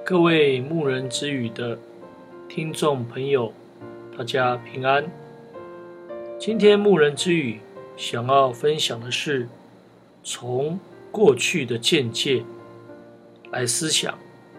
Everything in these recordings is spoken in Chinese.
各位牧人之语的听众朋友，大家平安。今天牧人之语想要分享的是从过去的见解来思想。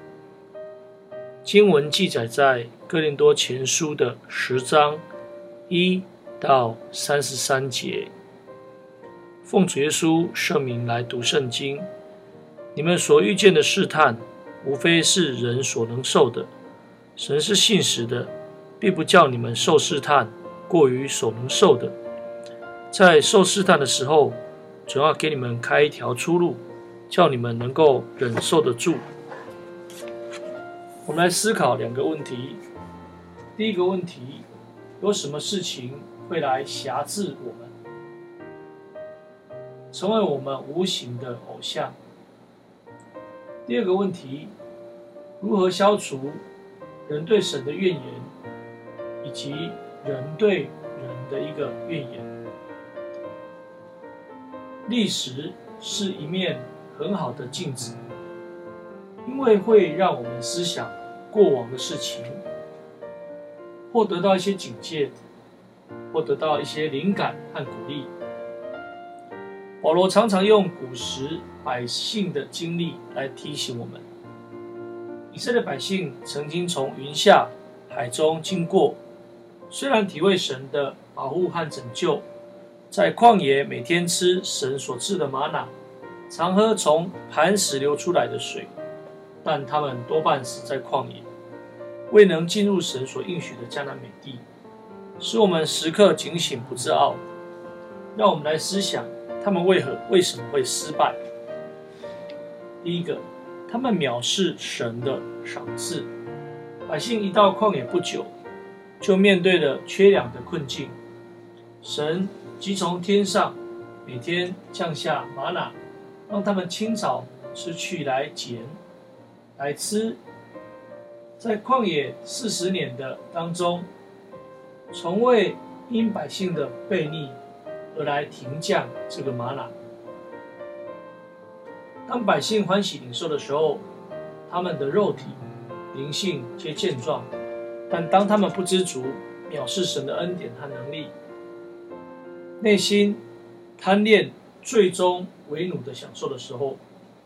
经文记载在哥林多前书的10章1到33节。奉主耶稣圣名来读圣经。你们所遇见的试探，无非是人所能受的。神是信实的，必不叫你们受试探过于所能受的。在受试探的时候，总要给你们开一条出路，叫你们能够忍受得住。我们来思考两个问题。第一个问题，有什么事情会来辖制我们，成为我们无形的偶像？第二个问题，如何消除人对神的怨言，以及人对人的一个怨言？历史是一面很好的镜子，因为会让我们思想过往的事情，或得到一些警戒，或得到一些灵感和鼓励。保罗常常用古时百姓的经历来提醒我们，以色列百姓曾经从云下海中经过，虽然体会神的保护和拯救，在旷野每天吃神所赐的玛纳，常喝从磐石流出来的水，但他们多半死在旷野，未能进入神所应许的迦南美地，使我们时刻警醒不自傲。让我们来思想他们为什么会失败。第一个，他们藐视神的赏赐。百姓一到旷野不久，就面对了缺粮的困境。神即从天上每天降下玛纳，让他们清早吃去来捡来吃。在旷野40年的当中，从未因百姓的悖逆而来停降这个玛纳。当百姓欢喜领受的时候，他们的肉体、灵性皆健壮；但当他们不知足，藐视神的恩典和能力，内心贪恋最终为奴的享受的时候，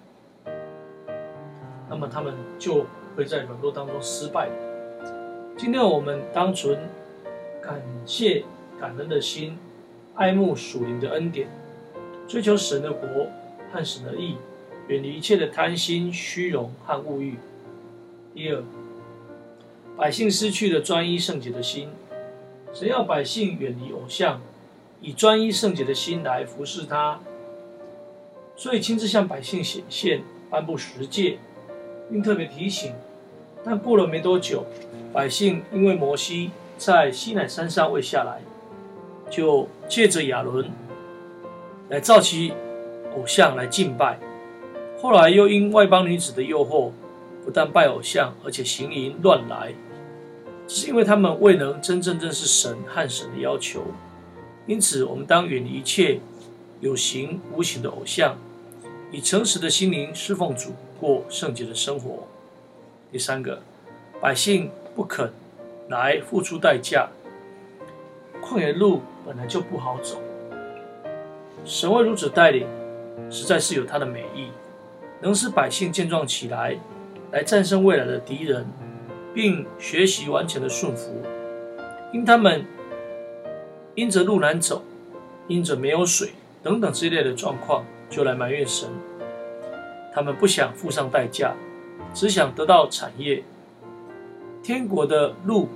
那么他们就会在软弱当中失败。今天我们当存感谢感恩的心，爱慕属灵的恩典，追求神的国和神的义，远离一切的贪心、虚荣和物欲。第二，百姓失去了专一圣洁的心。神要百姓远离偶像，以专一圣洁的心来服侍他，所以亲自向百姓显现，颁布十诫，并特别提醒。但过了没多久，百姓因为摩西在西乃山上未下来，就借着亚伦来造起偶像来敬拜。后来又因外邦女子的诱惑，不但拜偶像，而且行淫乱来。这是因为他们未能真正认识神和神的要求。因此我们当远离一切有形无形的偶像，以诚实的心灵侍奉主，过圣洁的生活。第三个，百姓不肯来付出代价。旷野路本来就不好走，神为如此带领，实在是有他的美意，能使百姓健壮起来，来战胜未来的敌人，并学习完全的顺服。因他们因着路难走，因着没有水等等之类的状况，就来埋怨神。他们不想付上代价，只想得到产业。天国的路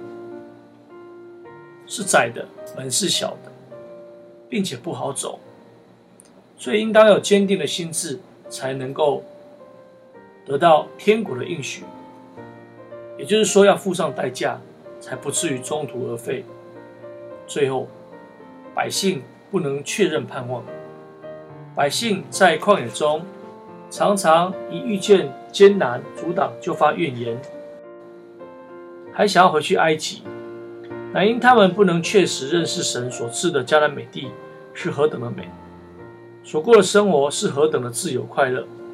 是窄的，门是小的，并且不好走，所以应当有坚定的心志，才能够得到天国的应许。也就是说，要付上代价，才不至于中途而废。最后，百姓不能确认盼望。百姓在旷野中，常常一遇见艰难阻挡，就发怨言，还想要回去埃及。乃因他们不能确实认识神所赐的迦南美地是何等的美，所过的生活是何等的自由快乐，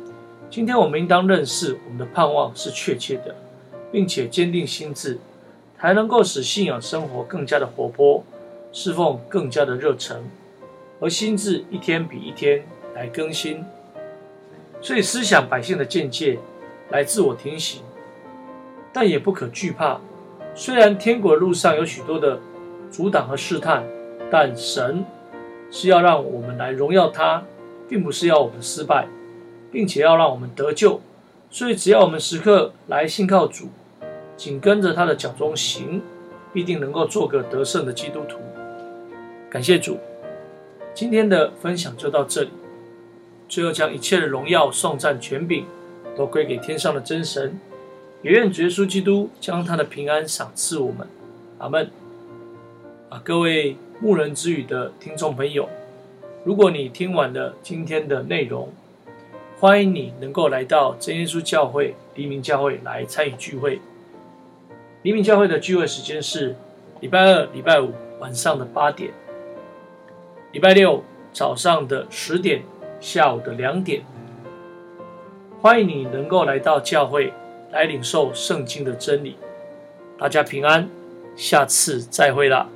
今天我们应当认识我们的盼望是确切的，并且坚定心志，才能够使信仰生活更加的活泼，侍奉更加的热忱，而心智一天比一天来更新。所以思想百姓的见解来自我提醒，但也不可惧怕。虽然天国的路上有许多的阻挡和试探，但神是要让我们来荣耀他，并不是要我们失败，并且要让我们得救。所以只要我们时刻来信靠主，紧跟着他的脚中行，必定能够做个得胜的基督徒。感谢主，今天的分享就到这里。最后将一切的荣耀、颂赞、权柄都归给天上的真神，也愿主耶稣基督将他的平安赏赐我们。阿们。各位牧人之语的听众朋友，如果你听完了今天的内容，欢迎你能够来到真耶稣教会黎明教会来参与聚会。黎明教会的聚会时间是礼拜二、礼拜五晚上的8点，礼拜六早上的10点，下午的2点。欢迎你能够来到教会来领受圣经的真理。大家平安，下次再会啦。